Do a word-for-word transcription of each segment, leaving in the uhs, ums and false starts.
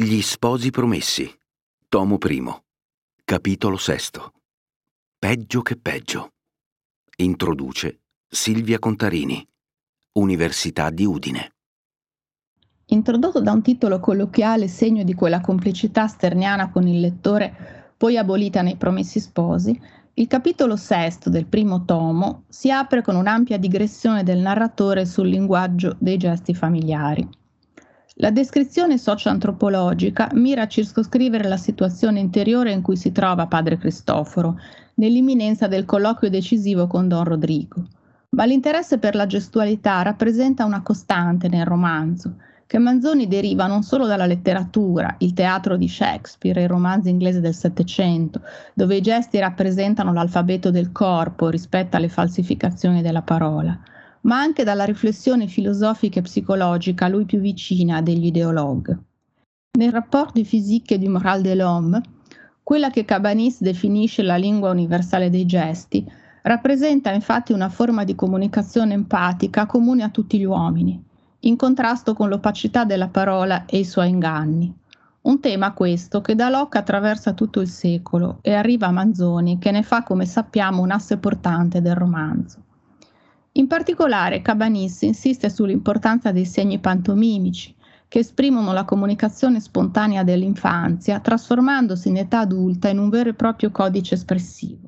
Gli sposi promessi, tomo primo, capitolo sesto. Peggio che peggio. Introduce Silvia Contarini, Università di Udine. Introdotto da un titolo colloquiale segno di quella complicità sterniana con il lettore poi abolita nei Promessi Sposi, il capitolo sesto del primo tomo si apre con un'ampia digressione del narratore sul linguaggio dei gesti familiari. La descrizione socio-antropologica mira a circoscrivere la situazione interiore in cui si trova padre Cristoforo, nell'imminenza del colloquio decisivo con Don Rodrigo. Ma l'interesse per la gestualità rappresenta una costante nel romanzo, che Manzoni deriva non solo dalla letteratura, il teatro di Shakespeare e il romanzo inglese del Settecento, dove i gesti rappresentano l'alfabeto del corpo rispetto alle falsificazioni della parola, ma anche dalla riflessione filosofica e psicologica a lui più vicina degli ideologhi. Nel rapport du physique et du moral de l'homme, quella che Cabanis definisce la lingua universale dei gesti, rappresenta infatti una forma di comunicazione empatica comune a tutti gli uomini, in contrasto con l'opacità della parola e i suoi inganni. Un tema questo che da Locke attraversa tutto il secolo e arriva a Manzoni, che ne fa, come sappiamo, un asse portante del romanzo. In particolare Cabanis insiste sull'importanza dei segni pantomimici, che esprimono la comunicazione spontanea dell'infanzia, trasformandosi in età adulta in un vero e proprio codice espressivo.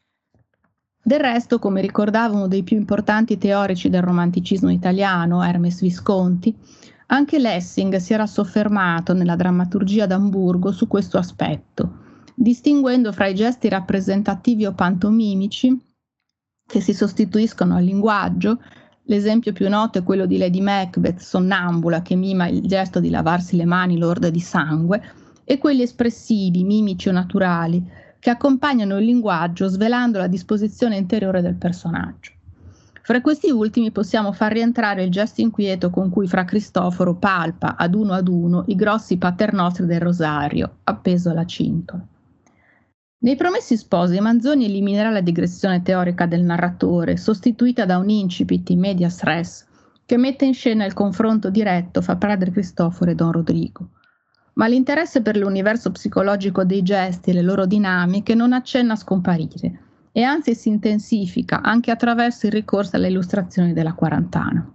Del resto, come ricordava uno dei più importanti teorici del romanticismo italiano, Hermes Visconti, anche Lessing si era soffermato nella drammaturgia d'Amburgo su questo aspetto, distinguendo fra i gesti rappresentativi o pantomimici che si sostituiscono al linguaggio. L'esempio più noto è quello di Lady Macbeth, sonnambula, che mima il gesto di lavarsi le mani lorde di sangue, e quelli espressivi, mimici o naturali, che accompagnano il linguaggio svelando la disposizione interiore del personaggio. Fra questi ultimi possiamo far rientrare il gesto inquieto con cui Fra Cristoforo palpa ad uno ad uno i grossi paternostri del rosario, appeso alla cintola. Nei Promessi Sposi Manzoni eliminerà la digressione teorica del narratore, sostituita da un incipit in medias res, che mette in scena il confronto diretto fra padre Cristoforo e Don Rodrigo. Ma l'interesse per l'universo psicologico dei gesti e le loro dinamiche non accenna a scomparire, e anzi si intensifica anche attraverso il ricorso alle illustrazioni della Quarantana.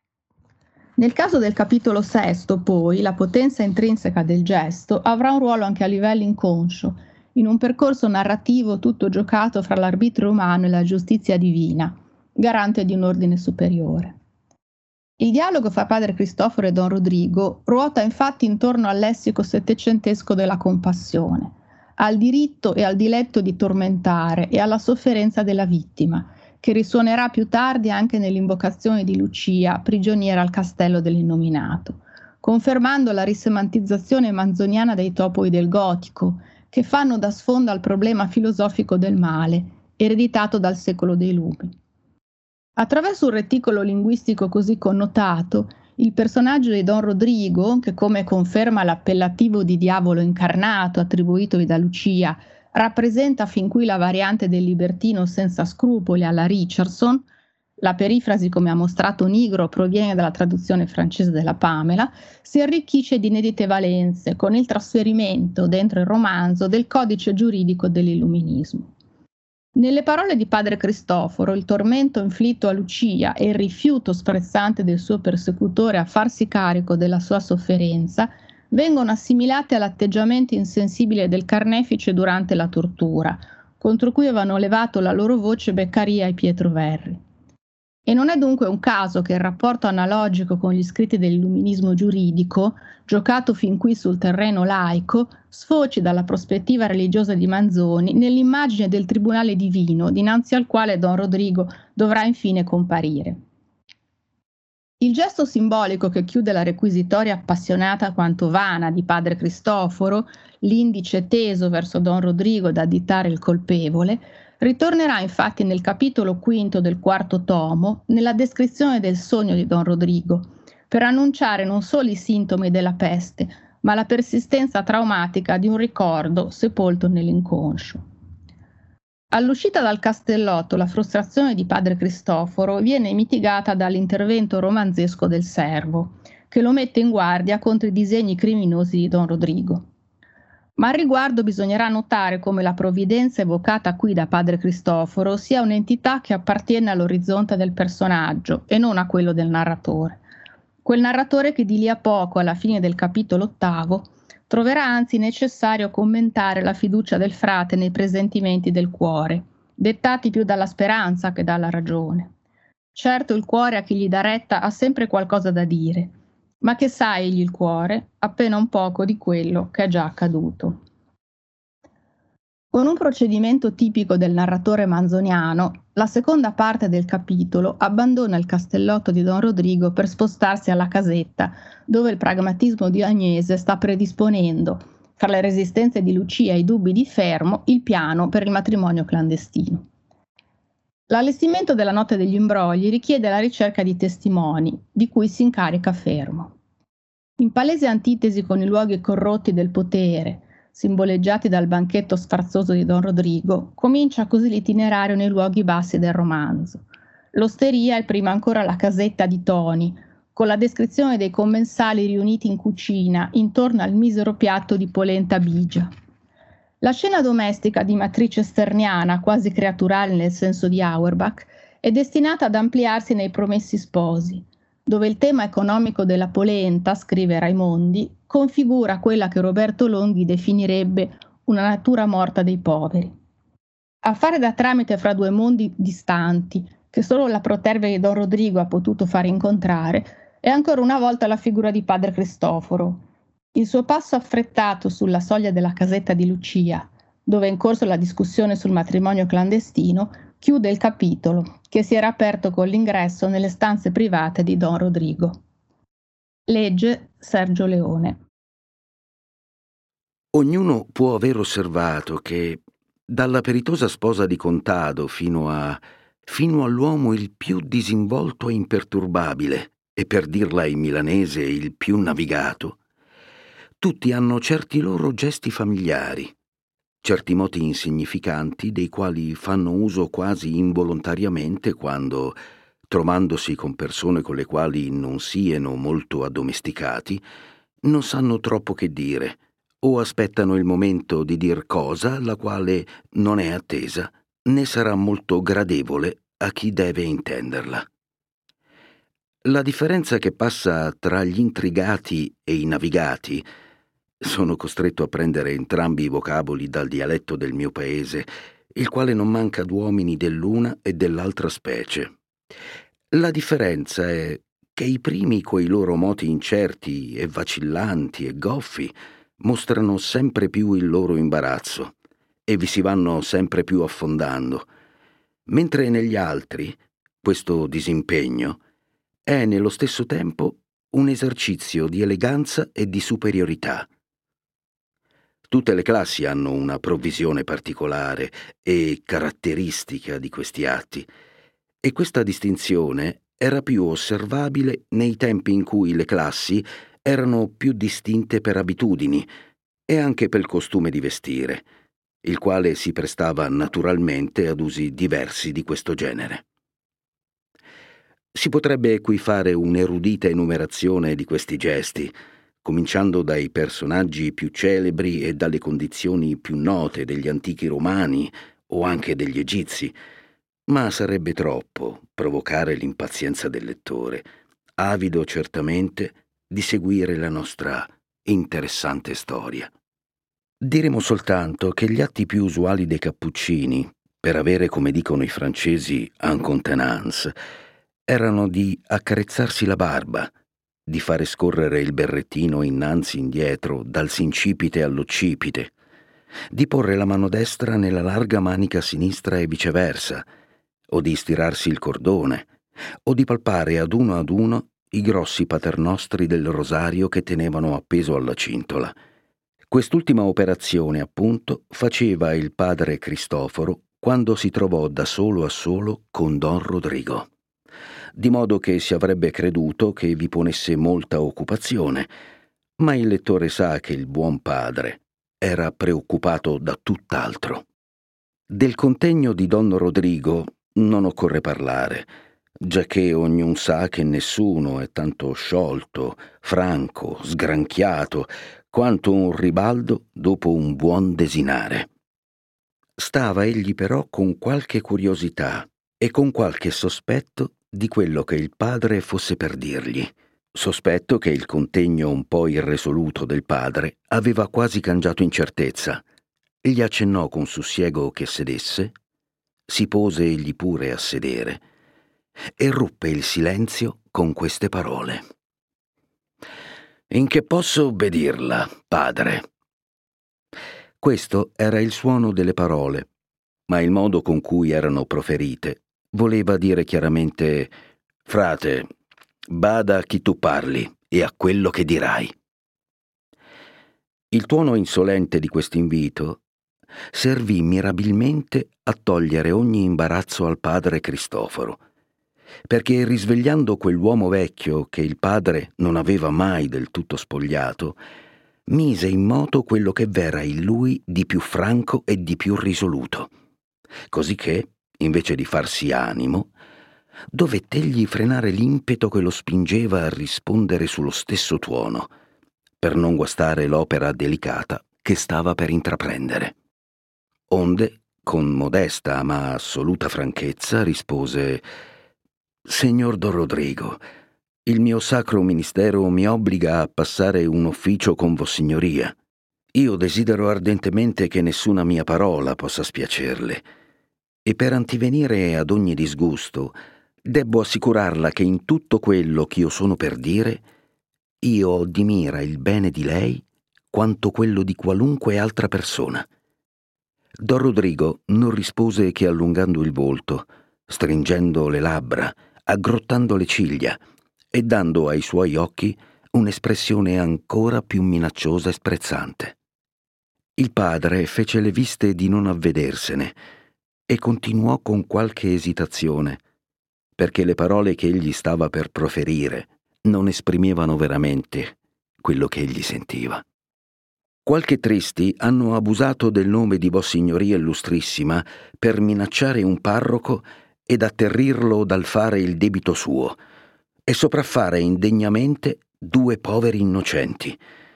Nel caso del capitolo sesto, poi, la potenza intrinseca del gesto avrà un ruolo anche a livello inconscio, in un percorso narrativo tutto giocato fra l'arbitrio umano e la giustizia divina, garante di un ordine superiore. Il dialogo fra padre Cristoforo e Don Rodrigo ruota infatti intorno al lessico settecentesco della compassione, al diritto e al diletto di tormentare e alla sofferenza della vittima, che risuonerà più tardi anche nell'invocazione di Lucia, prigioniera al castello dell'innominato, confermando la risemantizzazione manzoniana dei topoi del gotico, che fanno da sfondo al problema filosofico del male, ereditato dal secolo dei lumi. Attraverso un reticolo linguistico così connotato, il personaggio di Don Rodrigo, che come conferma l'appellativo di diavolo incarnato attribuitovi da Lucia, rappresenta fin qui la variante del libertino senza scrupoli alla Richardson, la perifrasi, come ha mostrato Nigro, proviene dalla traduzione francese della Pamela, si arricchisce di inedite valenze con il trasferimento dentro il romanzo del codice giuridico dell'illuminismo. Nelle parole di padre Cristoforo, il tormento inflitto a Lucia e il rifiuto sprezzante del suo persecutore a farsi carico della sua sofferenza vengono assimilate all'atteggiamento insensibile del carnefice durante la tortura, contro cui avevano levato la loro voce Beccaria e Pietro Verri. E non è dunque un caso che il rapporto analogico con gli scritti dell'illuminismo giuridico, giocato fin qui sul terreno laico, sfoci dalla prospettiva religiosa di Manzoni nell'immagine del tribunale divino dinanzi al quale Don Rodrigo dovrà infine comparire. Il gesto simbolico che chiude la requisitoria appassionata quanto vana di padre Cristoforo, l'indice teso verso Don Rodrigo da additare il colpevole, ritornerà infatti nel capitolo quinto del quarto tomo, nella descrizione del sogno di Don Rodrigo, per annunciare non solo i sintomi della peste, ma la persistenza traumatica di un ricordo sepolto nell'inconscio. All'uscita dal castellotto la frustrazione di padre Cristoforo viene mitigata dall'intervento romanzesco del servo, che lo mette in guardia contro i disegni criminosi di Don Rodrigo. Ma al riguardo bisognerà notare come la provvidenza evocata qui da padre Cristoforo sia un'entità che appartiene all'orizzonte del personaggio e non a quello del narratore. Quel narratore che di lì a poco, alla fine del capitolo ottavo, troverà anzi necessario commentare la fiducia del frate nei presentimenti del cuore, dettati più dalla speranza che dalla ragione. Certo, il cuore a chi gli dà retta ha sempre qualcosa da dire, ma che sa egli il cuore appena un poco di quello che è già accaduto. Con un procedimento tipico del narratore manzoniano, la seconda parte del capitolo abbandona il castellotto di Don Rodrigo per spostarsi alla casetta, dove il pragmatismo di Agnese sta predisponendo, fra le resistenze di Lucia e i dubbi di Fermo, il piano per il matrimonio clandestino. L'allestimento della notte degli imbrogli richiede la ricerca di testimoni, di cui si incarica Fermo. In palese antitesi con i luoghi corrotti del potere, simboleggiati dal banchetto sfarzoso di Don Rodrigo, comincia così l'itinerario nei luoghi bassi del romanzo. L'osteria e prima ancora la casetta di Toni, con la descrizione dei commensali riuniti in cucina intorno al misero piatto di polenta bigia. La scena domestica di matrice sterniana, quasi creaturale nel senso di Auerbach, è destinata ad ampliarsi nei Promessi Sposi, dove il tema economico della polenta, scrive Raimondi, configura quella che Roberto Longhi definirebbe una natura morta dei poveri. A fare da tramite fra due mondi distanti, che solo la protervia di Don Rodrigo ha potuto far incontrare, è ancora una volta la figura di padre Cristoforo. Il suo passo affrettato sulla soglia della casetta di Lucia, dove è in corso la discussione sul matrimonio clandestino, chiude il capitolo, che si era aperto con l'ingresso nelle stanze private di Don Rodrigo. Legge Sergio Leone. Ognuno può aver osservato che, dalla peritosa sposa di Contado fino a fino all'uomo il più disinvolto e imperturbabile, e per dirla in milanese il più navigato, tutti hanno certi loro gesti familiari, certi moti insignificanti dei quali fanno uso quasi involontariamente quando, trovandosi con persone con le quali non siano molto addomesticati, non sanno troppo che dire, o aspettano il momento di dir cosa la quale non è attesa, né sarà molto gradevole a chi deve intenderla. La differenza che passa tra gli intrigati e i navigati, sono costretto a prendere entrambi i vocaboli dal dialetto del mio paese, il quale non manca d'uomini dell'una e dell'altra specie. La differenza è che i primi, coi loro moti incerti e vacillanti e goffi, mostrano sempre più il loro imbarazzo e vi si vanno sempre più affondando, mentre negli altri questo disimpegno è nello stesso tempo un esercizio di eleganza e di superiorità. Tutte le classi hanno una provvisione particolare e caratteristica di questi atti, e questa distinzione era più osservabile nei tempi in cui le classi erano più distinte per abitudini e anche per costume di vestire, il quale si prestava naturalmente ad usi diversi di questo genere. Si potrebbe qui fare un'erudita enumerazione di questi gesti, cominciando dai personaggi più celebri e dalle condizioni più note degli antichi romani o anche degli egizi, ma sarebbe troppo provocare l'impazienza del lettore, avido certamente di seguire la nostra interessante storia. Diremo soltanto che gli atti più usuali dei cappuccini, per avere, come dicono i francesi, un contenance, erano di accarezzarsi la barba, di fare scorrere il berrettino innanzi e indietro dal sincipite all'occipite, di porre la mano destra nella larga manica sinistra e viceversa, o di stirarsi il cordone, o di palpare ad uno ad uno i grossi paternostri del rosario che tenevano appeso alla cintola. Quest'ultima operazione, appunto, faceva il padre Cristoforo quando si trovò da solo a solo con Don Rodrigo, di modo che si avrebbe creduto che vi ponesse molta occupazione, ma il lettore sa che il buon padre era preoccupato da tutt'altro. Del contegno di Don Rodrigo non occorre parlare. giacché ognun sa che nessuno è tanto sciolto, franco, sgranchiato, quanto un ribaldo dopo un buon desinare. Stava egli però con qualche curiosità e con qualche sospetto di quello che il padre fosse per dirgli. Sospetto che il contegno un po' irresoluto del padre aveva quasi cangiato in certezza. Gli accennò con sussiego che sedesse, si pose egli pure a sedere e ruppe il silenzio con queste parole. «In che posso obbedirla, padre?» Questo era il suono delle parole, ma il modo con cui erano proferite voleva dire chiaramente: «Frate, bada a chi tu parli e a quello che dirai». Il tuono insolente di quest'invito servì mirabilmente a togliere ogni imbarazzo al padre Cristoforo, perché risvegliando quell'uomo vecchio che il padre non aveva mai del tutto spogliato, mise in moto quello che v'era in lui di più franco e di più risoluto, così che, invece di farsi animo, dovettegli frenare l'impeto che lo spingeva a rispondere sullo stesso tuono, per non guastare l'opera delicata che stava per intraprendere. Onde, con modesta ma assoluta franchezza, rispose: «Signor Don Rodrigo, il mio sacro ministero mi obbliga a passare un ufficio con Vossignoria. Io desidero ardentemente che nessuna mia parola possa spiacerle, e per antivenire ad ogni disgusto debbo assicurarla che in tutto quello ch'io sono per dire io ho di mira il bene di lei quanto quello di qualunque altra persona». Don Rodrigo non rispose che allungando il volto, stringendo le labbra, aggrottando le ciglia e dando ai suoi occhi un'espressione ancora più minacciosa e sprezzante. Il padre fece le viste di non avvedersene e continuò con qualche esitazione, perché le parole che egli stava per proferire non esprimevano veramente quello che egli sentiva. Qualche tristi hanno abusato del nome di Vossignoria Illustrissima per minacciare un parroco ed atterrirlo dal fare il debito suo e sopraffare indegnamente due poveri innocenti.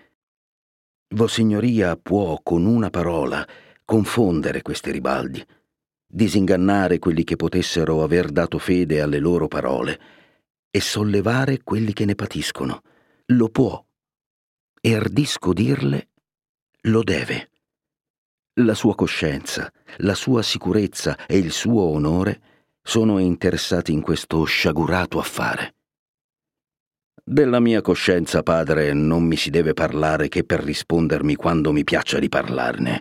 Vossignoria può con una parola confondere questi ribaldi, disingannare quelli che potessero aver dato fede alle loro parole e sollevare quelli che ne patiscono. Lo può, e ardisco dirle, lo deve. La sua coscienza, la sua sicurezza e il suo onore sono interessati in questo sciagurato affare. Della mia coscienza, padre, non mi si deve parlare che per rispondermi quando mi piaccia di parlarne.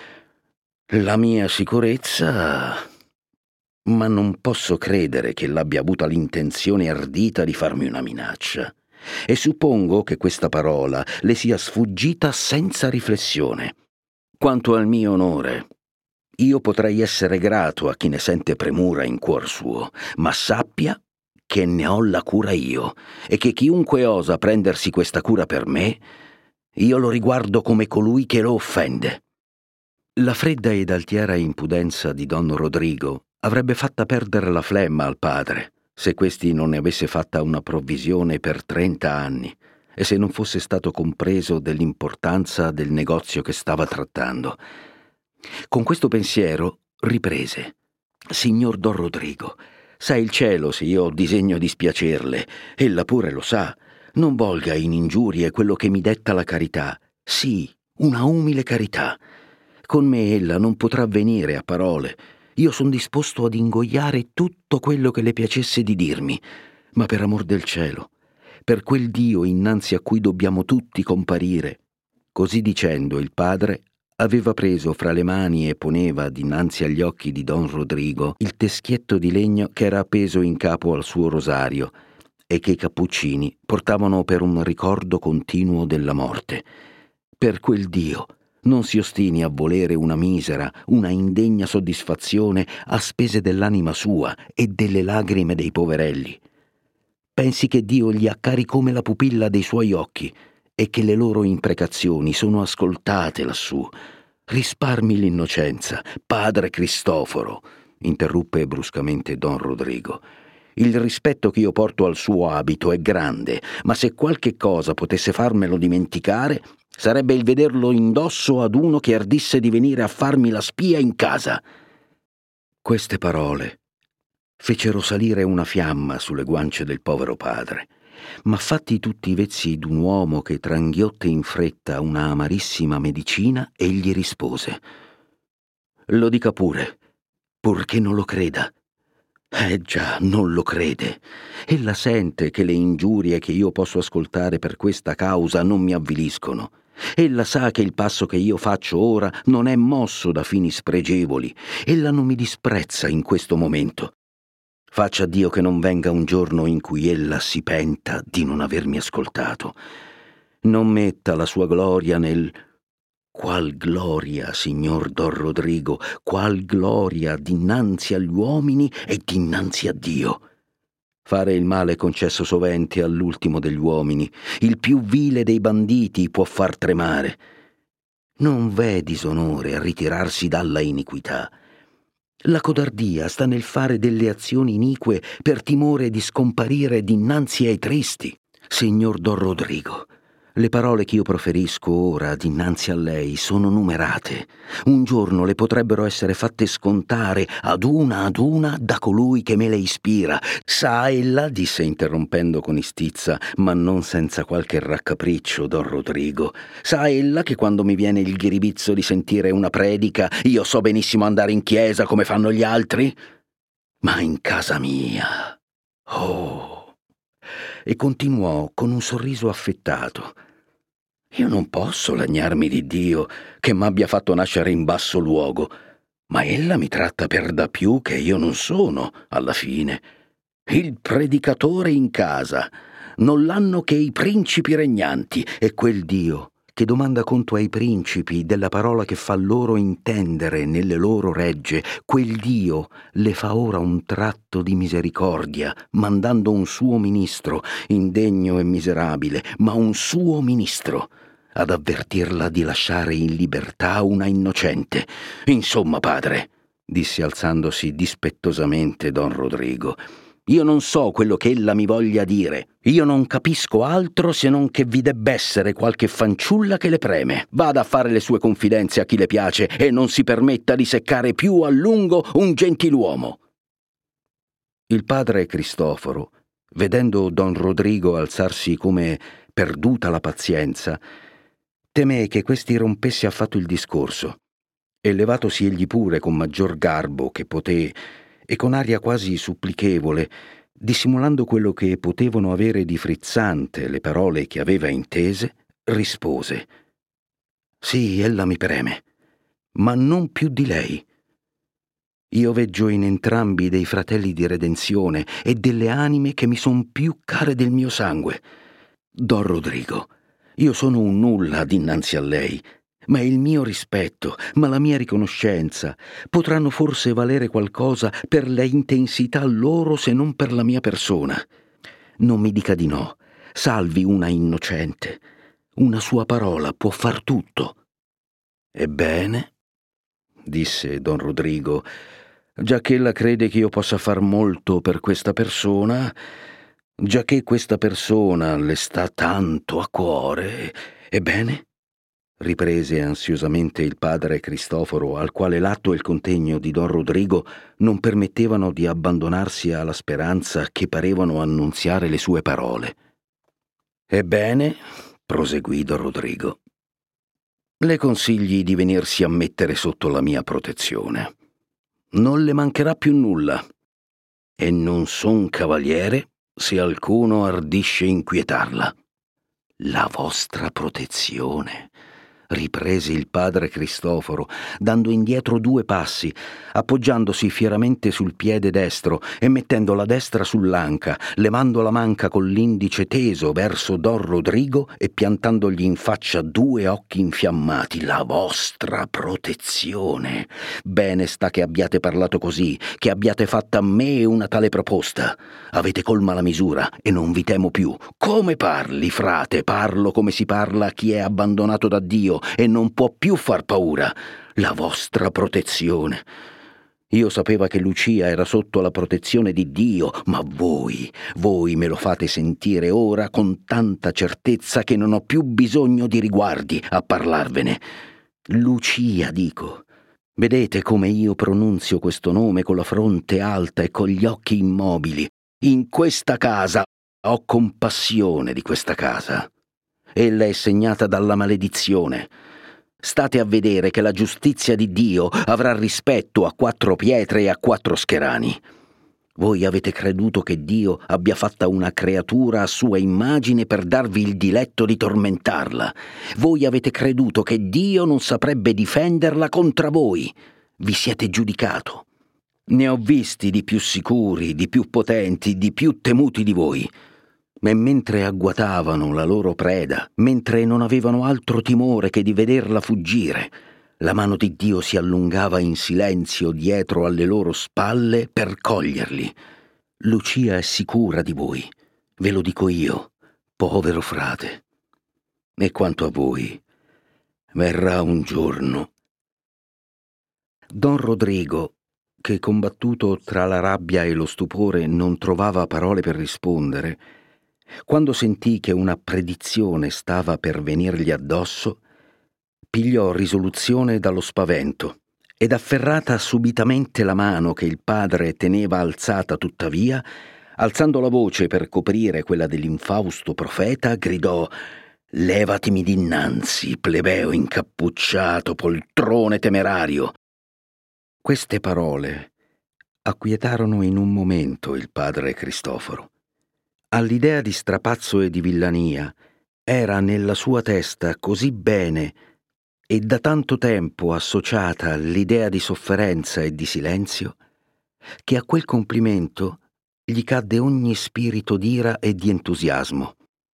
La mia sicurezza... ma non posso credere che l'abbia avuta l'intenzione ardita di farmi una minaccia, e suppongo che questa parola le sia sfuggita senza riflessione. Quanto al mio onore, io potrei essere grato a chi ne sente premura in cuor suo, ma sappia che ne ho la cura io, e che chiunque osa prendersi questa cura per me, io lo riguardo come colui che lo offende. La fredda ed altiera impudenza di Don Rodrigo avrebbe fatta perdere la flemma al padre, se questi non ne avesse fatta una provvisione per trenta anni e se non fosse stato compreso dell'importanza del negozio che stava trattando. Con questo pensiero riprese: «Signor Don Rodrigo, sa il cielo se io ho disegno di spiacerle, ella pure lo sa. Non volga in ingiurie quello che mi detta la carità, sì, una umile carità. Con me ella non potrà venire a parole. Io son disposto ad ingoiare tutto quello che le piacesse di dirmi, ma per amor del cielo, per quel Dio innanzi a cui dobbiamo tutti comparire». Così dicendo, il padre aveva preso fra le mani e poneva dinanzi agli occhi di Don Rodrigo il teschietto di legno che era appeso in capo al suo rosario e che i cappuccini portavano per un ricordo continuo della morte. «Per quel Dio, non si ostini a volere una misera, una indegna soddisfazione a spese dell'anima sua e delle lagrime dei poverelli. Pensi che Dio gli accari come la pupilla dei suoi occhi e che le loro imprecazioni sono ascoltate lassù. Risparmi l'innocenza, padre Cristoforo», interruppe bruscamente Don Rodrigo. Il rispetto che io porto al suo abito è grande, ma se qualche cosa potesse farmelo dimenticare, sarebbe il vederlo indosso ad uno che ardisse di venire a farmi la spia in casa». Queste parole fecero salire una fiamma sulle guance del povero padre, ma fatti tutti i vezzi d'un uomo che tranghiotte in fretta una amarissima medicina, egli rispose: «Lo dica pure, purché non lo creda». Eh già, non lo crede. Ella sente che le ingiurie che io posso ascoltare per questa causa non mi avviliscono. Ella sa che il passo che io faccio ora non è mosso da fini spregevoli. Ella non mi disprezza in questo momento. Faccia Dio che non venga un giorno in cui ella si penta di non avermi ascoltato. Non metta la sua gloria nel... Qual gloria, signor Don Rodrigo, qual gloria dinanzi agli uomini e dinanzi a Dio. Fare il male è concesso sovente all'ultimo degli uomini, il più vile dei banditi può far tremare. Non v'è disonore a ritirarsi dalla iniquità. La codardia sta nel fare delle azioni inique per timore di scomparire dinanzi ai tristi. Signor Don Rodrigo, le parole che io proferisco ora dinanzi a lei sono numerate. Un giorno le potrebbero essere fatte scontare ad una ad una da colui che me le ispira. Sa ella, disse interrompendo con istizza, ma non senza qualche raccapriccio, Don Rodrigo, sa ella che quando mi viene il ghiribizzo di sentire una predica, io so benissimo andare in chiesa come fanno gli altri? Ma in casa mia... Oh... E continuò con un sorriso affettato: «Io non posso lagnarmi di Dio che m'abbia fatto nascere in basso luogo, ma ella mi tratta per da più che io non sono, alla fine. Il predicatore in casa non l'hanno che i principi regnanti, e quel Dio che domanda conto ai principi della parola che fa loro intendere nelle loro regge, quel Dio le fa ora un tratto di misericordia, mandando un suo ministro, indegno e miserabile, ma un suo ministro, ad avvertirla di lasciare in libertà una innocente. Insomma, padre», disse alzandosi dispettosamente Don Rodrigo, «io non so quello che ella mi voglia dire. Io non capisco altro se non che vi debb'essere qualche fanciulla che le preme. Vada a fare le sue confidenze a chi le piace e non si permetta di seccare più a lungo un gentiluomo». Il padre Cristoforo, vedendo Don Rodrigo alzarsi come perduta la pazienza, temé che questi rompesse affatto il discorso, e levatosi egli pure con maggior garbo che poté, e con aria quasi supplichevole, dissimulando quello che potevano avere di frizzante le parole che aveva intese, rispose: «Sì, ella mi preme, ma non più di lei. Io veggio in entrambi dei fratelli di redenzione e delle anime che mi son più care del mio sangue. Don Rodrigo, io sono un nulla dinanzi a lei, ma il mio rispetto, ma la mia riconoscenza potranno forse valere qualcosa per le intensità loro se non per la mia persona. Non mi dica di no, salvi una innocente. Una sua parola può far tutto». «Ebbene», disse Don Rodrigo, «giacché ella crede che io possa far molto per questa persona, giacché questa persona le sta tanto a cuore, ebbene», riprese ansiosamente il padre Cristoforo, al quale l'atto e il contegno di Don Rodrigo non permettevano di abbandonarsi alla speranza che parevano annunziare le sue parole. «Ebbene», proseguì Don Rodrigo, «le consigli di venirsi a mettere sotto la mia protezione. Non le mancherà più nulla, e non son cavaliere se alcuno ardisce inquietarla». «La vostra protezione», riprese il padre Cristoforo, dando indietro due passi, appoggiandosi fieramente sul piede destro e mettendo la destra sull'anca, levando la manca con l'indice teso verso Don Rodrigo e piantandogli in faccia due occhi infiammati. «La vostra protezione. Bene sta che abbiate parlato così, che abbiate fatta a me una tale proposta. Avete colma la misura e non vi temo più. Come parli, frate? Parlo come si parla a chi è abbandonato da Dio e non può più far paura. La vostra protezione. Io sapevo che Lucia era sotto la protezione di Dio, ma voi, voi me lo fate sentire ora con tanta certezza che non ho più bisogno di riguardi a parlarvene. Lucia, dico. Vedete come io pronunzio questo nome con la fronte alta e con gli occhi immobili. In questa casa ho compassione di questa casa. Ella è segnata dalla maledizione. State a vedere che la giustizia di Dio avrà rispetto a quattro pietre e a quattro scherani. Voi avete creduto che Dio abbia fatta una creatura a sua immagine per darvi il diletto di tormentarla. Voi avete creduto che Dio non saprebbe difenderla contro voi. Vi siete giudicato. Ne ho visti di più sicuri, di più potenti, di più temuti di voi. E mentre agguatavano la loro preda, mentre non avevano altro timore che di vederla fuggire, la mano di Dio si allungava in silenzio dietro alle loro spalle per coglierli. Lucia è sicura di voi, ve lo dico io, povero frate. E quanto a voi, verrà un giorno. Don Rodrigo, che combattuto tra la rabbia e lo stupore non trovava parole per rispondere, quando sentì che una predizione stava per venirgli addosso, pigliò risoluzione dallo spavento ed afferrata subitamente la mano che il padre teneva alzata tuttavia, alzando la voce per coprire quella dell'infausto profeta, gridò: «Levatemi dinanzi, plebeo incappucciato, poltrone temerario!» Queste parole acquietarono in un momento il padre Cristoforo. All'idea di strapazzo e di villania era nella sua testa così bene e da tanto tempo associata l'idea di sofferenza e di silenzio, che a quel complimento gli cadde ogni spirito d'ira e di entusiasmo,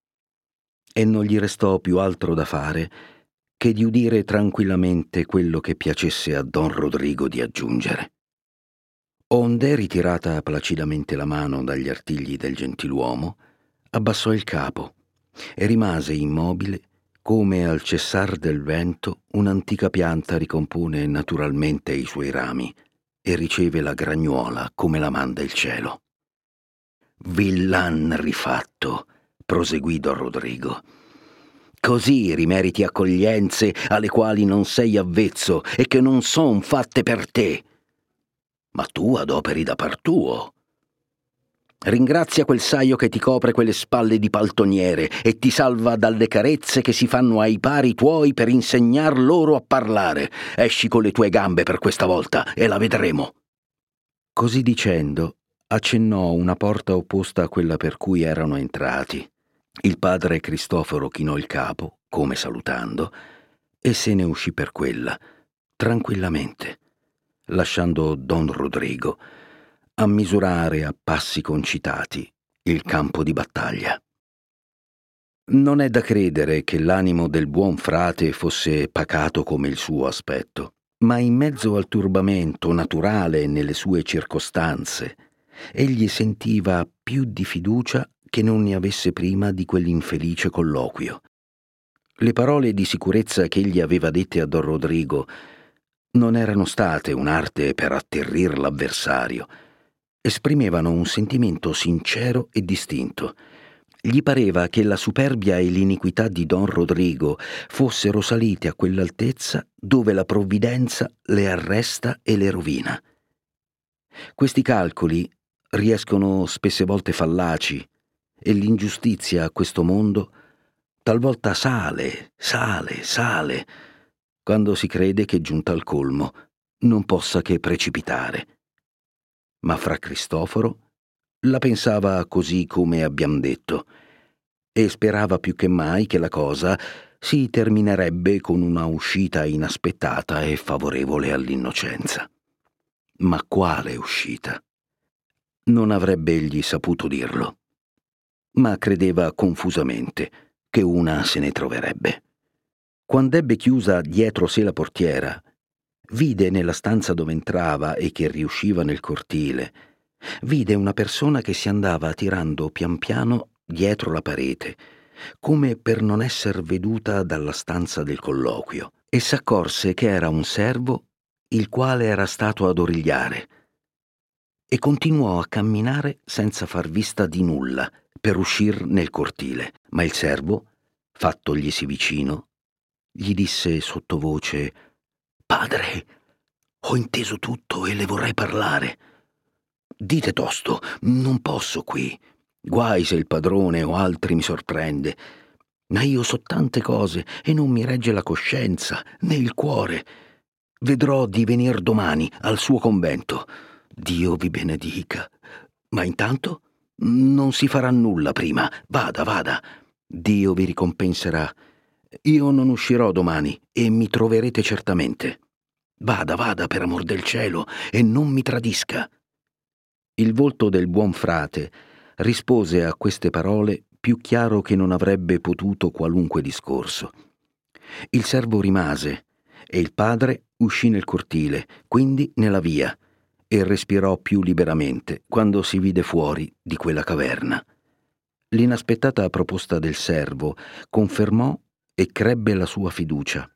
e non gli restò più altro da fare che di udire tranquillamente quello che piacesse a Don Rodrigo di aggiungere. Onde, ritirata placidamente la mano dagli artigli del gentiluomo, abbassò il capo e rimase immobile come al cessar del vento un'antica pianta ricompone naturalmente i suoi rami e riceve la gragnuola come la manda il cielo. «Villan rifatto», proseguì Don Rodrigo, «così rimeriti accoglienze alle quali non sei avvezzo e che non son fatte per te. Ma tu adoperi da par tuo. Ringrazia quel saio che ti copre quelle spalle di paltoniere e ti salva dalle carezze che si fanno ai pari tuoi per insegnar loro a parlare. Esci con le tue gambe per questa volta e la vedremo». Così dicendo, accennò una porta opposta a quella per cui erano entrati. Il padre Cristoforo chinò il capo, come salutando, e se ne uscì per quella, tranquillamente, lasciando Don Rodrigo a misurare a passi concitati il campo di battaglia. Non è da credere che l'animo del buon frate fosse pacato come il suo aspetto, ma in mezzo al turbamento naturale nelle sue circostanze, egli sentiva più di fiducia che non ne avesse prima di quell'infelice colloquio. Le parole di sicurezza che egli aveva dette a Don Rodrigo non erano state un'arte per atterrir l'avversario, esprimevano un sentimento sincero e distinto. Gli pareva che la superbia e l'iniquità di Don Rodrigo fossero salite a quell'altezza dove la provvidenza le arresta e le rovina. Questi calcoli riescono spesse volte fallaci e l'ingiustizia a questo mondo talvolta sale, sale, sale, quando si crede che giunta al colmo non possa che precipitare. Ma fra Cristoforo la pensava così come abbiam detto e sperava più che mai che la cosa si terminerebbe con una uscita inaspettata e favorevole all'innocenza. Ma quale uscita? Non avrebbe egli saputo dirlo, ma credeva confusamente che una se ne troverebbe. Quand'ebbe chiusa dietro sé la portiera, vide nella stanza dove entrava e che riusciva nel cortile, vide una persona che si andava tirando pian piano dietro la parete, come per non esser veduta dalla stanza del colloquio, e s'accorse che era un servo il quale era stato ad origliare, e continuò a camminare senza far vista di nulla per uscir nel cortile. Ma il servo, fattoglisi vicino, gli disse sottovoce: «Padre, ho inteso tutto e le vorrei parlare. Dite tosto, non posso qui. Guai se il padrone o altri mi sorprende. Ma io so tante cose e non mi regge la coscienza né il cuore. Vedrò di venir domani al suo convento. Dio vi benedica. Ma intanto non si farà nulla prima. Vada, vada. Dio vi ricompenserà. Io non uscirò domani e mi troverete certamente. Vada, vada, per amor del cielo, e non mi tradisca». Il volto del buon frate rispose a queste parole più chiaro che non avrebbe potuto qualunque discorso. Il servo rimase e il padre uscì nel cortile, quindi nella via, e respirò più liberamente quando si vide fuori di quella caverna. L'inaspettata proposta del servo confermò e crebbe la sua fiducia.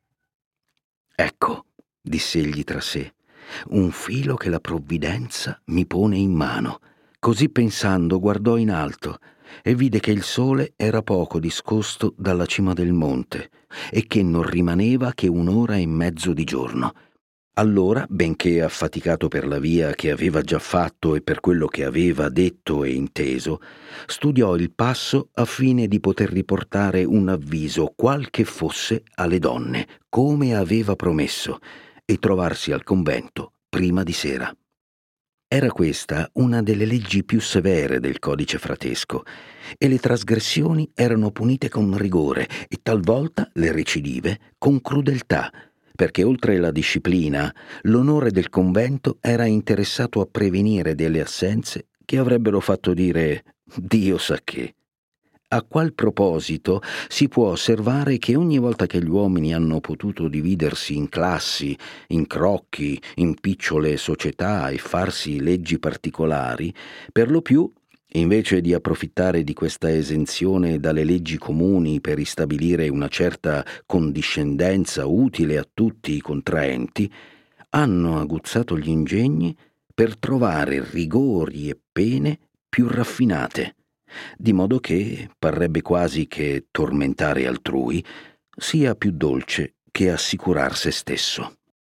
«Ecco», diss'egli tra sé, «un filo che la provvidenza mi pone in mano». Così pensando guardò in alto e vide che il sole era poco discosto dalla cima del monte e che non rimaneva che un'ora e mezzo di giorno. Allora, benché affaticato per la via che aveva già fatto e per quello che aveva detto e inteso, studiò il passo a fine di poter riportare un avviso, qual che fosse, alle donne, come aveva promesso, e trovarsi al convento prima di sera. Era questa una delle leggi più severe del codice fratesco, e le trasgressioni erano punite con rigore e talvolta le recidive con crudeltà, perché oltre la disciplina, l'onore del convento era interessato a prevenire delle assenze che avrebbero fatto dire Dio sa che. A qual proposito si può osservare che ogni volta che gli uomini hanno potuto dividersi in classi, in crocchi, in picciole società e farsi leggi particolari, per lo più, invece di approfittare di questa esenzione dalle leggi comuni per ristabilire una certa condiscendenza utile a tutti i contraenti, hanno aguzzato gli ingegni per trovare rigori e pene più raffinate, di modo che parrebbe quasi che tormentare altrui sia più dolce che assicurar se stesso.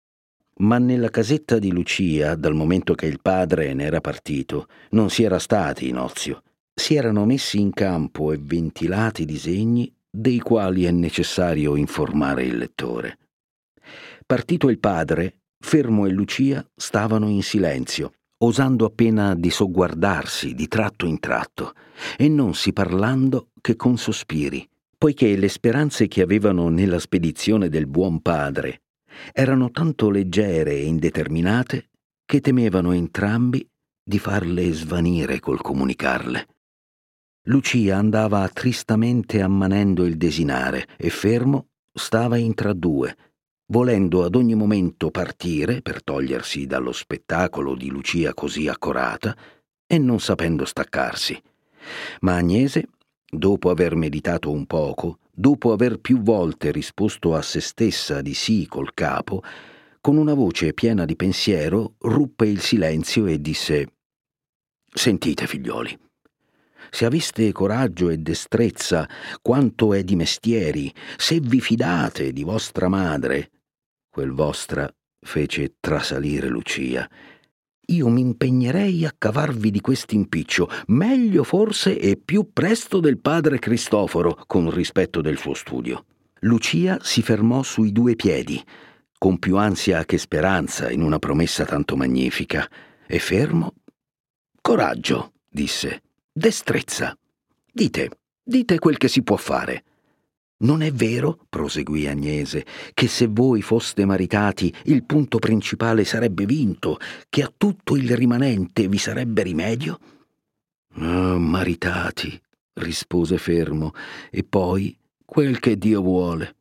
Ma nella casetta di Lucia, dal momento che il padre ne era partito, non si era stati in ozio. Si erano messi in campo e ventilati disegni dei quali è necessario informare il lettore. Partito il padre, Fermo e Lucia stavano in silenzio, osando appena di sogguardarsi di tratto in tratto, e non si parlando che con sospiri, poiché le speranze che avevano nella spedizione del buon padre erano tanto leggere e indeterminate che temevano entrambi di farle svanire col comunicarle. Lucia andava tristamente ammanendo il desinare e Fermo stava in tra due, volendo ad ogni momento partire per togliersi dallo spettacolo di Lucia così accorata e non sapendo staccarsi. Ma Agnese, dopo aver meditato un poco, dopo aver più volte risposto a se stessa di sì col capo, con una voce piena di pensiero ruppe il silenzio e disse: «Sentite, figlioli, se aveste coraggio e destrezza quanto è di mestieri, se vi fidate di vostra madre», quel vostra fece trasalire Lucia, «io mi impegnerei a cavarvi di quest'impiccio, meglio forse e più presto del padre Cristoforo, con rispetto del suo studio». Lucia si fermò sui due piedi, con più ansia che speranza in una promessa tanto magnifica, e Fermo: «Coraggio», disse, «destrezza. Dite, dite quel che si può fare». «Non è vero», proseguì Agnese, «che se voi foste maritati il punto principale sarebbe vinto, che a tutto il rimanente vi sarebbe rimedio?» «Oh, maritati», rispose Fermo, «e poi quel che Dio vuole».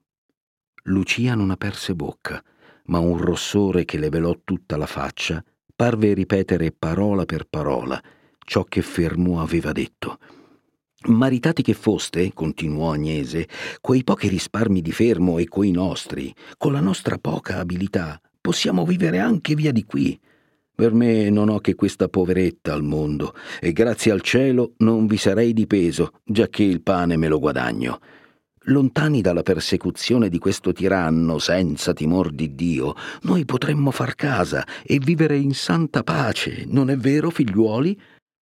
Lucia non aperse bocca, ma un rossore che le velò tutta la faccia parve ripetere parola per parola ciò che Fermo aveva detto. «Maritati che foste», continuò Agnese, «quei pochi risparmi di Fermo e coi nostri, con la nostra poca abilità, possiamo vivere anche via di qui. Per me non ho che questa poveretta al mondo, e grazie al cielo non vi sarei di peso, giacché il pane me lo guadagno. Lontani dalla persecuzione di questo tiranno, senza timor di Dio, noi potremmo far casa e vivere in santa pace, non è vero, figliuoli?»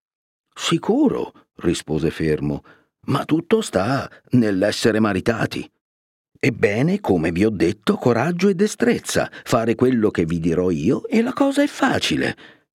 «Sicuro», rispose Fermo, «ma tutto sta nell'essere maritati. Ebbene, come vi ho detto, coraggio e destrezza, fare quello che vi dirò io e la cosa è facile».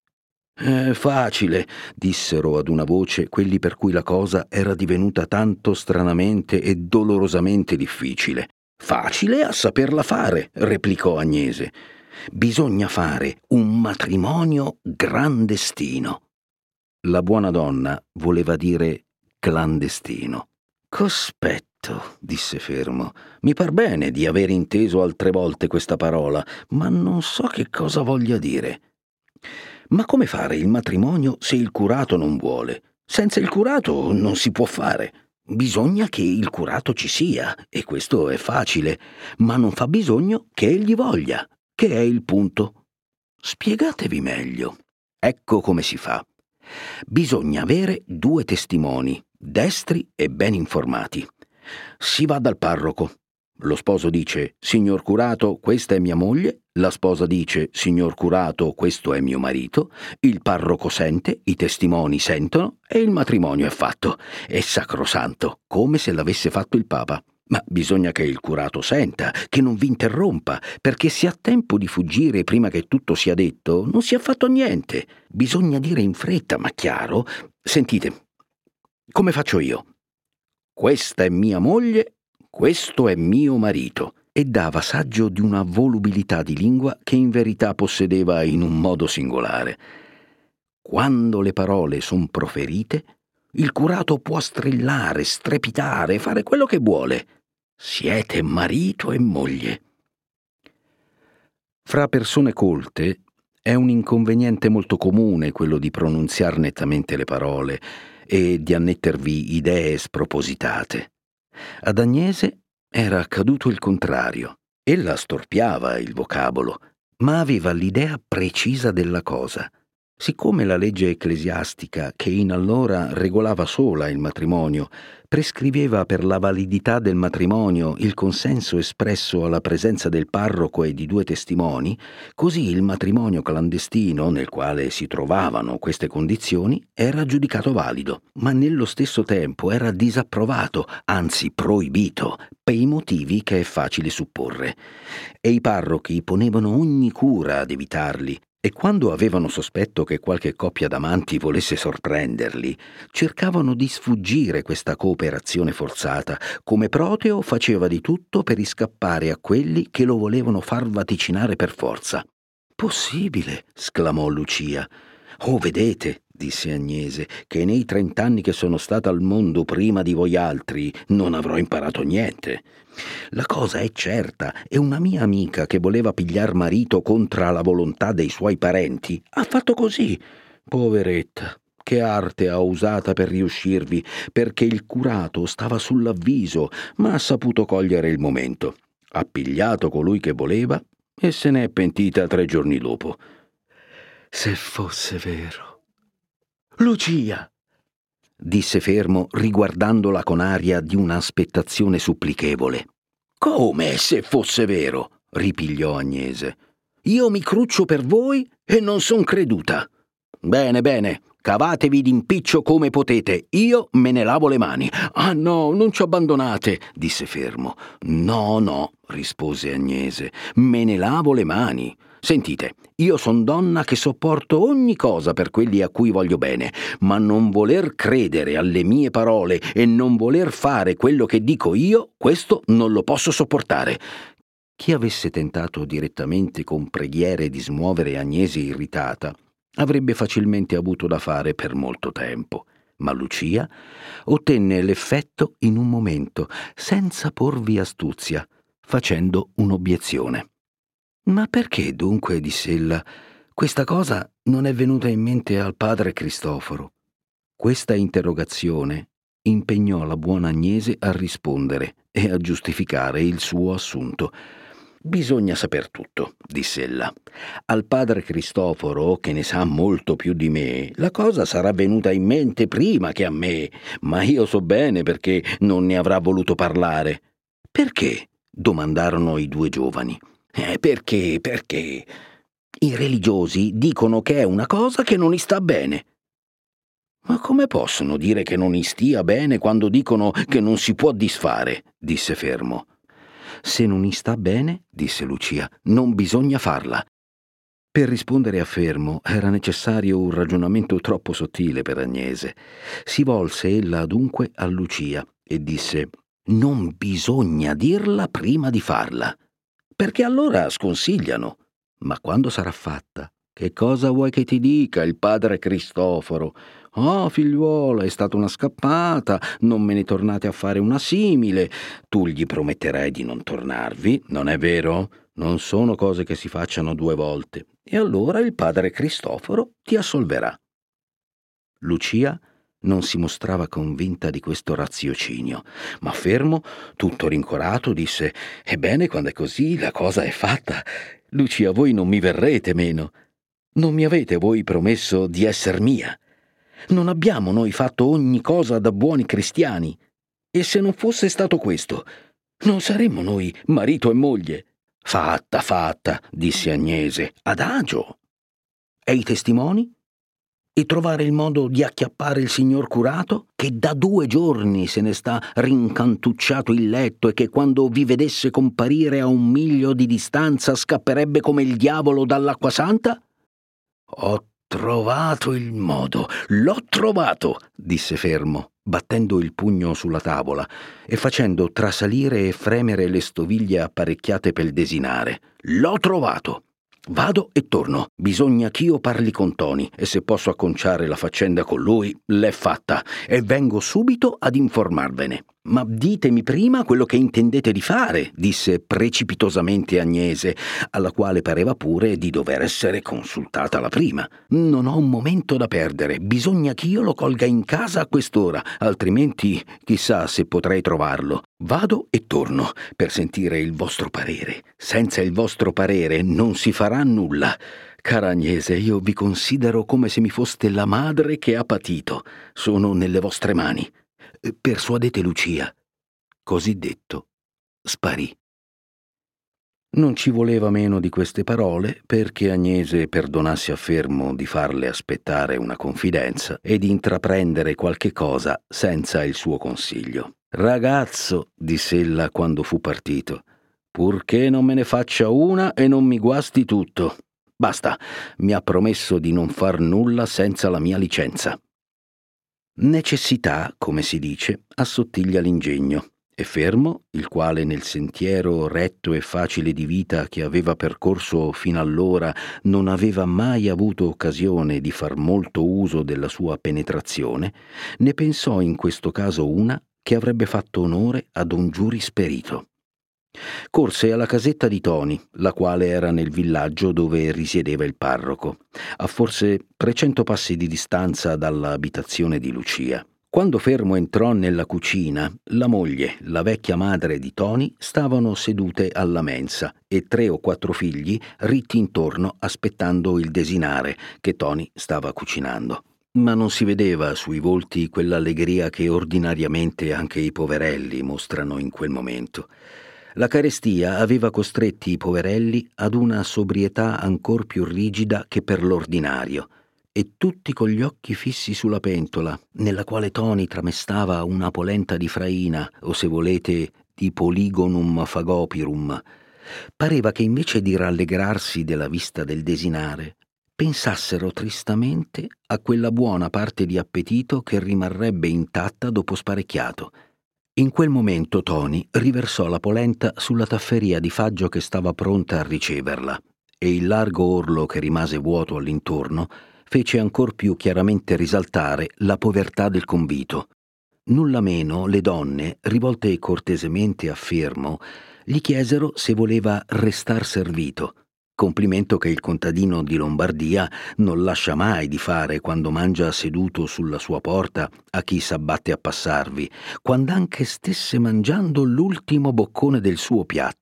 «È facile», dissero ad una voce quelli per cui la cosa era divenuta tanto stranamente e dolorosamente difficile. «Facile a saperla fare», replicò Agnese. «Bisogna fare un matrimonio clandestino». La buona donna voleva dire clandestino. «Cospetto», disse Fermo, «mi par bene di aver inteso altre volte questa parola, ma non so che cosa voglia dire». «Ma come fare il matrimonio se il curato non vuole? Senza il curato non si può fare. Bisogna che il curato ci sia, e questo è facile, ma non fa bisogno che egli voglia, che è il punto. Spiegatevi meglio. Ecco come si fa. Bisogna avere due testimoni, destri e ben informati. Si va dal parroco. Lo sposo dice: «Signor curato, questa è mia moglie». La sposa dice: «Signor curato, questo è mio marito». Il parroco sente, i testimoni sentono e il matrimonio è fatto. È sacrosanto, come se l'avesse fatto il Papa. Ma bisogna che il curato senta, che non vi interrompa, perché se ha tempo di fuggire prima che tutto sia detto, non si è fatto niente. Bisogna dire in fretta, ma chiaro. Sentite, come faccio io? Questa è mia moglie, questo è mio marito. E dava saggio di una volubilità di lingua che in verità possedeva in un modo singolare. Quando le parole son proferite, il curato può strillare, strepitare, fare quello che vuole. Siete marito e moglie. Fra persone colte è un inconveniente molto comune quello di pronunziar nettamente le parole e di annettervi idee spropositate. Ad Agnese era accaduto il contrario. Ella storpiava il vocabolo, ma aveva l'idea precisa della cosa. Siccome la legge ecclesiastica, che in allora regolava sola il matrimonio, prescriveva per la validità del matrimonio il consenso espresso alla presenza del parroco e di due testimoni, così il matrimonio clandestino, nel quale si trovavano queste condizioni, era giudicato valido, ma nello stesso tempo era disapprovato, anzi proibito, per i motivi che è facile supporre. E i parrochi ponevano ogni cura ad evitarli, e quando avevano sospetto che qualche coppia d'amanti volesse sorprenderli, cercavano di sfuggire questa cooperazione forzata, come Proteo faceva di tutto per iscappare a quelli che lo volevano far vaticinare per forza. «Possibile!» sclamò Lucia. «Oh, vedete», disse Agnese, «che nei trent'anni che sono stata al mondo prima di voi altri non avrò imparato niente. La cosa è certa, e una mia amica che voleva pigliar marito contra la volontà dei suoi parenti ha fatto così. Poveretta, che arte ha usata per riuscirvi, perché il curato stava sull'avviso, ma ha saputo cogliere il momento. Ha pigliato colui che voleva e se ne è pentita tre giorni dopo». «Se fosse vero!» «Lucia!» disse Fermo, riguardandola con aria di un'aspettazione supplichevole. «Come se fosse vero?» ripigliò Agnese. «Io mi cruccio per voi e non son creduta. Bene, bene, cavatevi d'impiccio come potete, io me ne lavo le mani». «Ah no, non ci abbandonate», disse Fermo. «No, no», rispose Agnese, «me ne lavo le mani. Sentite, io son donna che sopporto ogni cosa per quelli a cui voglio bene, ma non voler credere alle mie parole e non voler fare quello che dico io, questo non lo posso sopportare». Chi avesse tentato direttamente con preghiere di smuovere Agnese irritata avrebbe facilmente avuto da fare per molto tempo, ma Lucia ottenne l'effetto in un momento, senza porvi astuzia, facendo un'obiezione. «Ma perché dunque», diss'ella, «questa cosa non è venuta in mente al padre Cristoforo?» Questa interrogazione impegnò la buona Agnese a rispondere e a giustificare il suo assunto. Bisogna saper tutto, diss'ella. Al padre Cristoforo, che ne sa molto più di me, la cosa sarà venuta in mente prima che a me, ma io so bene perché non ne avrà voluto parlare. Perché? Domandarono i due giovani. Eh, perché, perché? I religiosi dicono che è una cosa che non gli sta bene. Ma come possono dire che non gli stia bene quando dicono che non si può disfare? Disse Fermo. Se non gli sta bene, disse Lucia, non bisogna farla. Per rispondere a Fermo era necessario un ragionamento troppo sottile per Agnese. Si volse ella dunque a Lucia e disse: non bisogna dirla prima di farla, perché allora sconsigliano. Ma quando sarà fatta, che cosa vuoi che ti dica il padre Cristoforo? Oh, figliuola, è stata una scappata, non me ne tornate a fare una simile. Tu gli prometterai di non tornarvi, non è vero? Non sono cose che si facciano due volte. E allora il padre Cristoforo ti assolverà. Lucia non si mostrava convinta di questo raziocinio, ma Fermo, tutto rincorato, disse: ebbene, quando è così, la cosa è fatta. Lucia, voi non mi verrete meno. Non mi avete voi promesso di esser mia? Non abbiamo noi fatto ogni cosa da buoni cristiani? E se non fosse stato questo, non saremmo noi marito e moglie? Fatta, fatta, disse Agnese, adagio. E i testimoni? E trovare il modo di acchiappare il signor curato, che da due giorni se ne sta rincantucciato il letto e che quando vi vedesse comparire a un miglio di distanza scapperebbe come il diavolo dall'acqua santa? Ho trovato il modo, l'ho trovato, disse Fermo, battendo il pugno sulla tavola e facendo trasalire e fremere le stoviglie apparecchiate per desinare. L'ho trovato. Vado e torno. Bisogna ch'io parli con Toni e se posso acconciare la faccenda con lui, l'è fatta e vengo subito ad informarvene. Ma ditemi prima quello che intendete di fare, disse precipitosamente Agnese, alla quale pareva pure di dover essere consultata la prima. Non ho un momento da perdere, bisogna ch'io lo colga in casa a quest'ora, altrimenti chissà se potrei trovarlo. Vado e torno per sentire il vostro parere. Senza il vostro parere non si farà nulla. Cara Agnese, io vi considero come se mi foste la madre che ha patito. Sono nelle vostre mani. Persuadete Lucia. Così detto, sparì. Non ci voleva meno di queste parole perché Agnese perdonasse a Fermo di farle aspettare una confidenza e di intraprendere qualche cosa senza il suo consiglio. Ragazzo, diss'ella quando fu partito, purché non me ne faccia una e non mi guasti tutto. Basta, mi ha promesso di non far nulla senza la mia licenza. Necessità, come si dice, assottiglia l'ingegno, e Fermo, il quale nel sentiero retto e facile di vita che aveva percorso fino allora non aveva mai avuto occasione di far molto uso della sua penetrazione, ne pensò in questo caso una che avrebbe fatto onore ad un giurisperito. Corse alla casetta di Toni, la quale era nel villaggio dove risiedeva il parroco, a forse trecento passi di distanza dall'abitazione di Lucia. Quando Fermo entrò nella cucina, la moglie, la vecchia madre di Toni, stavano sedute alla mensa e tre o quattro figli ritti intorno aspettando il desinare che Toni stava cucinando. Ma non si vedeva sui volti quell'allegria che ordinariamente anche i poverelli mostrano in quel momento. La carestia aveva costretti i poverelli ad una sobrietà ancor più rigida che per l'ordinario, e tutti con gli occhi fissi sulla pentola, nella quale Toni tramestava una polenta di fraina, o se volete di Polygonum fagopirum. Pareva che invece di rallegrarsi della vista del desinare, pensassero tristamente a quella buona parte di appetito che rimarrebbe intatta dopo sparecchiato. In quel momento Toni riversò la polenta sulla tafferia di faggio che stava pronta a riceverla, e il largo orlo che rimase vuoto all'intorno fece ancor più chiaramente risaltare la povertà del convito. Nulla meno le donne, rivolte cortesemente a Fermo, gli chiesero se voleva restar servito, complimento che il contadino di Lombardia non lascia mai di fare quando mangia seduto sulla sua porta a chi s'abbatte a passarvi, quand'anche stesse mangiando l'ultimo boccone del suo piatto.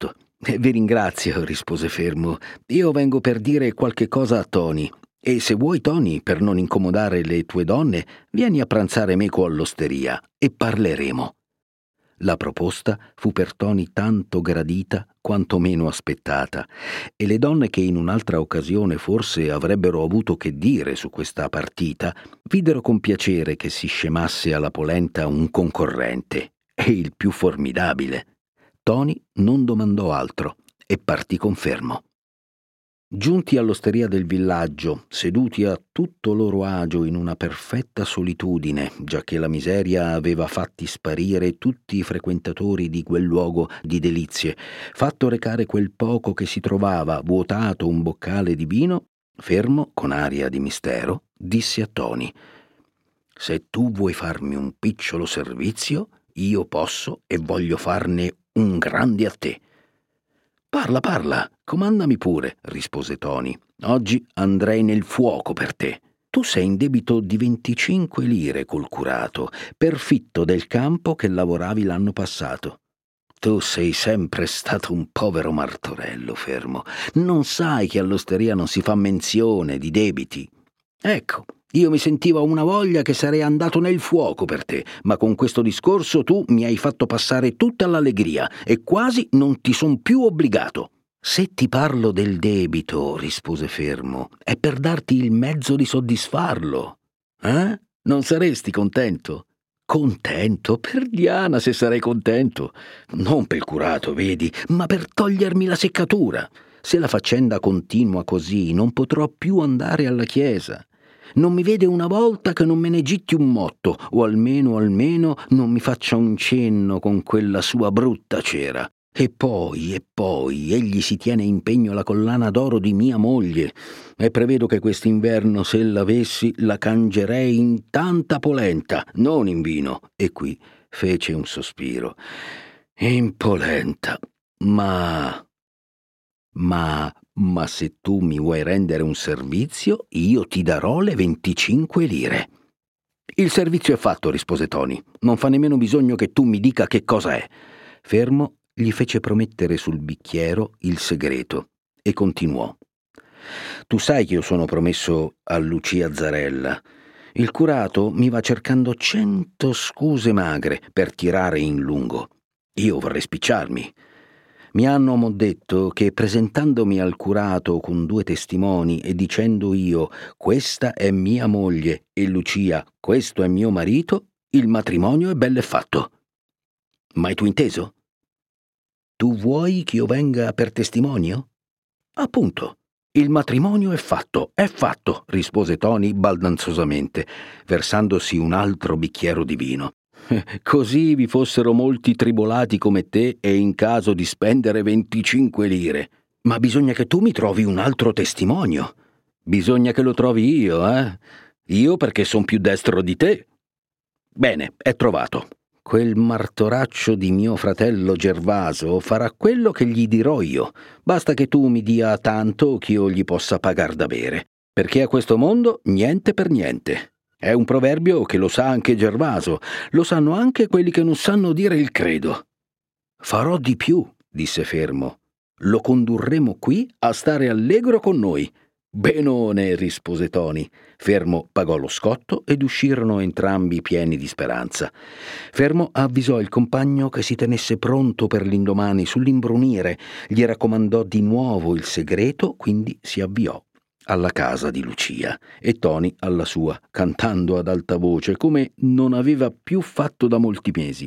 Eh, Vi ringrazio, rispose Fermo. Io vengo per dire qualche cosa a Tony. E se vuoi, Tony, per non incomodare le tue donne, vieni a pranzare meco all'osteria e parleremo. La proposta fu per Tony tanto gradita quanto meno aspettata, e le donne che in un'altra occasione forse avrebbero avuto che dire su questa partita videro con piacere che si scemasse alla polenta un concorrente, e il più formidabile. Tony non domandò altro e partì con Fermo. Giunti all'osteria del villaggio, seduti a tutto loro agio in una perfetta solitudine, giacché la miseria aveva fatti sparire tutti i frequentatori di quel luogo di delizie, fatto recare quel poco che si trovava, vuotato un boccale di vino, Fermo, con aria di mistero, disse a Tony: «Se tu vuoi farmi un piccolo servizio, io posso e voglio farne un grande a te». «Parla, parla, comandami pure», rispose Tony. «Oggi andrei nel fuoco per te. Tu sei in debito di venticinque lire col curato, per fitto del campo che lavoravi l'anno passato. Tu sei sempre stato un povero martorello, Fermo. Non sai che all'osteria non si fa menzione di debiti. Ecco, io mi sentivo una voglia che sarei andato nel fuoco per te, ma con questo discorso tu mi hai fatto passare tutta l'allegria e quasi non ti son più obbligato». «Se ti parlo del debito», rispose Fermo, «è per darti il mezzo di soddisfarlo. Eh? Non saresti contento?» «Contento? Per Diana se sarei contento. Non per il curato, vedi, ma per togliermi la seccatura. Se la faccenda continua così, non potrò più andare alla chiesa. Non mi vede una volta che non me ne gitti un motto, o almeno almeno non mi faccia un cenno con quella sua brutta cera. E poi, e poi, egli si tiene impegno la collana d'oro di mia moglie, e prevedo che quest'inverno, se l'avessi, la cangerei in tanta polenta, non in vino». E qui fece un sospiro. «In polenta, ma... ma... ma se tu mi vuoi rendere un servizio, io ti darò le venticinque lire». «Il servizio è fatto», rispose Tony. «Non fa nemmeno bisogno che tu mi dica che cosa è». Fermo gli fece promettere sul bicchiero il segreto e continuò: «Tu sai che io sono promesso a Lucia Zarella. Il curato mi va cercando cento scuse magre per tirare in lungo. Io vorrei spicciarmi. Mi hanno mo detto che presentandomi al curato con due testimoni e dicendo io «questa è mia moglie» e Lucia «questo è mio marito», il matrimonio è bello e fatto. Ma hai tu inteso? Tu vuoi che io venga per testimonio?» «Appunto, il matrimonio è fatto, è fatto», rispose Tony baldanzosamente, versandosi un altro bicchiero di vino. «Così vi fossero molti tribolati come te e in caso di spendere venticinque lire. Ma bisogna che tu mi trovi un altro testimonio. Bisogna che lo trovi io, eh? Io perché son più destro di te». «Bene, è trovato. Quel martoraccio di mio fratello Gervaso farà quello che gli dirò io. Basta che tu mi dia tanto che io gli possa pagar da bere. Perché a questo mondo niente per niente. È un proverbio che lo sa anche Gervaso. Lo sanno anche quelli che non sanno dire il credo». «Farò di più», disse Fermo. «Lo condurremo qui a stare allegro con noi». «Benone», rispose Tony. Fermo pagò lo scotto ed uscirono entrambi pieni di speranza. Fermo avvisò il compagno che si tenesse pronto per l'indomani sull'imbrunire, gli raccomandò di nuovo il segreto, quindi si avviò alla casa di Lucia e Tony alla sua, cantando ad alta voce come non aveva più fatto da molti mesi.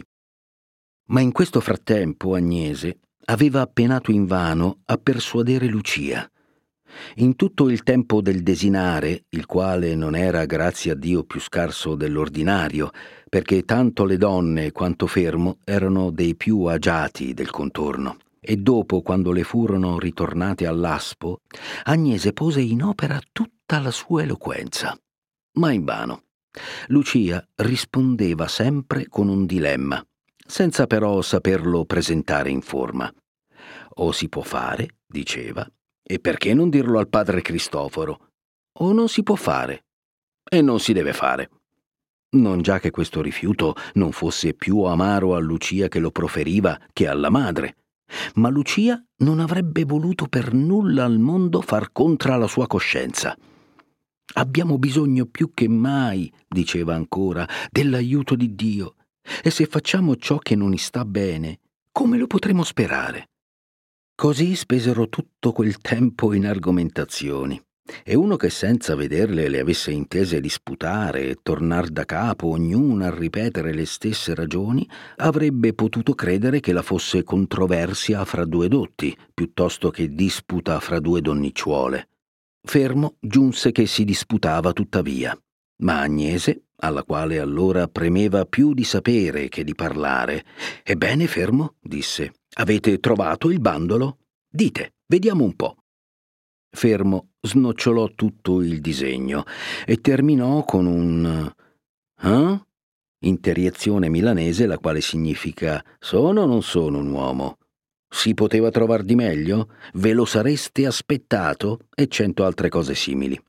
Ma in questo frattempo Agnese aveva appenato invano a persuadere Lucia. In tutto il tempo del desinare, il quale non era, grazie a Dio, più scarso dell'ordinario, perché tanto le donne quanto Fermo erano dei più agiati del contorno, e dopo, quando le furono ritornate all'Aspo, Agnese pose in opera tutta la sua eloquenza. Ma invano. Lucia rispondeva sempre con un dilemma, senza però saperlo presentare in forma. «O si può fare», diceva, «e perché non dirlo al padre Cristoforo? O non si può fare, e non si deve fare». Non già che questo rifiuto non fosse più amaro a Lucia che lo proferiva che alla madre. ma Lucia non avrebbe voluto per nulla al mondo far contra la sua coscienza. «Abbiamo bisogno più che mai», diceva ancora, «dell'aiuto di Dio, e se facciamo ciò che non sta bene, come lo potremo sperare?» Così spesero tutto quel tempo in argomentazioni, e uno che senza vederle le avesse intese disputare e tornar da capo ognuna a ripetere le stesse ragioni, avrebbe potuto credere che la fosse controversia fra due dotti, piuttosto che disputa fra due donnicciuole. Fermo giunse che si disputava tuttavia, ma Agnese, alla quale allora premeva più di sapere che di parlare, «Ebbene, Fermo», disse, «avete trovato il bandolo? Dite, vediamo un po'». Fermo snocciolò tutto il disegno e terminò con un «Eh?» interiezione milanese, la quale significa «sono o non sono un uomo? Si poteva trovar di meglio? Ve lo sareste aspettato?» e cento altre cose simili.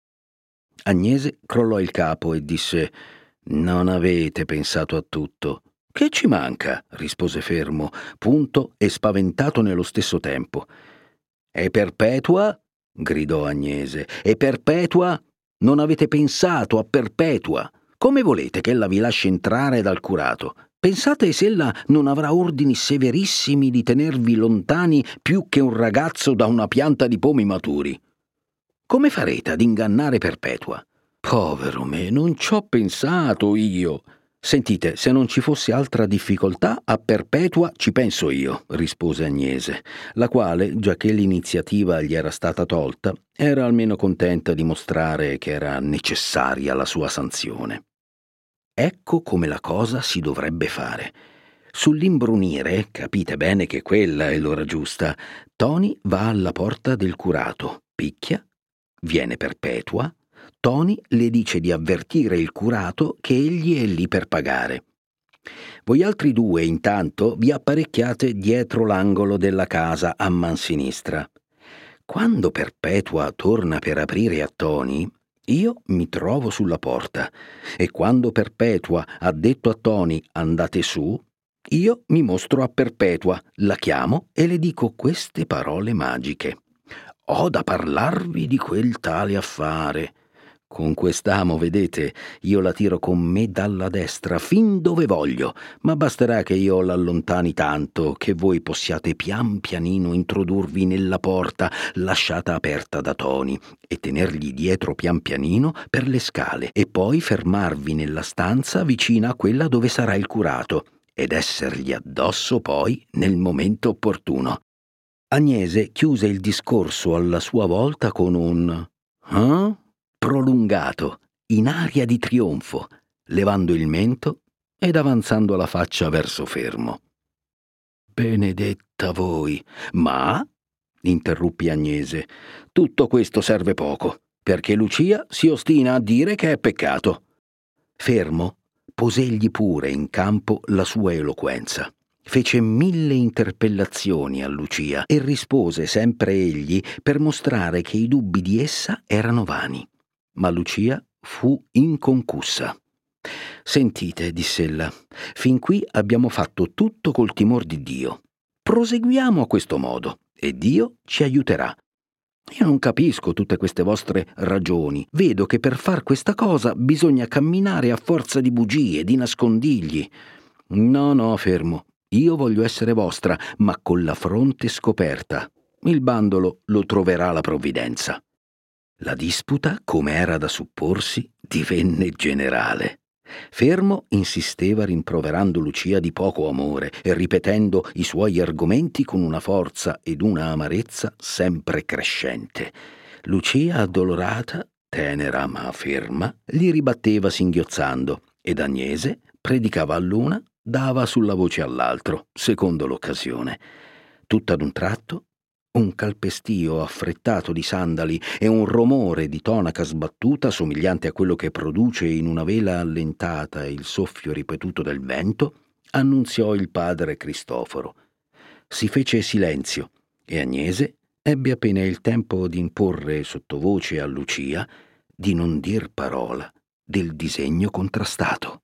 Agnese crollò il capo e disse «Non avete pensato a tutto». «Che ci manca?» rispose Fermo, punto e spaventato nello stesso tempo. «È Perpetua?» gridò Agnese. «È Perpetua? Non avete pensato a Perpetua? Come volete che ella vi lasci entrare dal curato? Pensate se ella non avrà ordini severissimi di tenervi lontani più che un ragazzo da una pianta di pomi maturi? Come farete ad ingannare Perpetua?» «Povero me, non ci ho pensato io». «Sentite, se non ci fosse altra difficoltà, a Perpetua ci penso io», rispose Agnese, la quale, giacché l'iniziativa gli era stata tolta, era almeno contenta di mostrare che era necessaria la sua sanzione. Ecco come la cosa si dovrebbe fare. Sull'imbrunire, capite bene che quella è l'ora giusta, Toni va alla porta del curato, picchia, viene Perpetua, Toni le dice di avvertire il curato che egli è lì per pagare. Voi altri due, intanto, vi apparecchiate dietro l'angolo della casa a man sinistra. Quando Perpetua torna per aprire a Toni, io mi trovo sulla porta, e quando Perpetua ha detto a Toni «andate su», io mi mostro a Perpetua, la chiamo e le dico queste parole magiche. «Ho da parlarvi di quel tale affare». Con quest'amo, vedete, io la tiro con me dalla destra fin dove voglio, ma basterà che io l'allontani tanto che voi possiate pian pianino introdurvi nella porta lasciata aperta da Toni e tenergli dietro pian pianino per le scale e poi fermarvi nella stanza vicina a quella dove sarà il curato ed essergli addosso poi nel momento opportuno. Agnese chiuse il discorso alla sua volta con un «eh?» prolungato, in aria di trionfo, levando il mento ed avanzando la faccia verso Fermo. «Benedetta voi! Ma?» interruppi Agnese. «Tutto questo serve poco, perché Lucia si ostina a dire che è peccato». Fermo posegli pure in campo la sua eloquenza. Fece mille interpellazioni a Lucia e rispose sempre egli per mostrare che i dubbi di essa erano vani. Ma Lucia fu inconcussa. «Sentite», diss'ella, «fin qui abbiamo fatto tutto col timor di Dio. Proseguiamo a questo modo e Dio ci aiuterà. Io non capisco tutte queste vostre ragioni. Vedo che per far questa cosa bisogna camminare a forza di bugie, di nascondigli. No, no, Fermo. Io voglio essere vostra, ma con la fronte scoperta. Il bandolo lo troverà la provvidenza». La disputa, come era da supporsi, divenne generale. Fermo insisteva rimproverando Lucia di poco amore e ripetendo i suoi argomenti con una forza ed una amarezza sempre crescente. Lucia, addolorata, tenera ma ferma, gli ribatteva singhiozzando ed Agnese predicava all'una, dava sulla voce all'altro, secondo l'occasione. Tutto ad un tratto un calpestio affrettato di sandali e un rumore di tonaca sbattuta somigliante a quello che produce in una vela allentata il soffio ripetuto del vento annunziò il padre Cristoforo. Si fece silenzio e Agnese ebbe appena il tempo di imporre sottovoce a Lucia di non dir parola del disegno contrastato.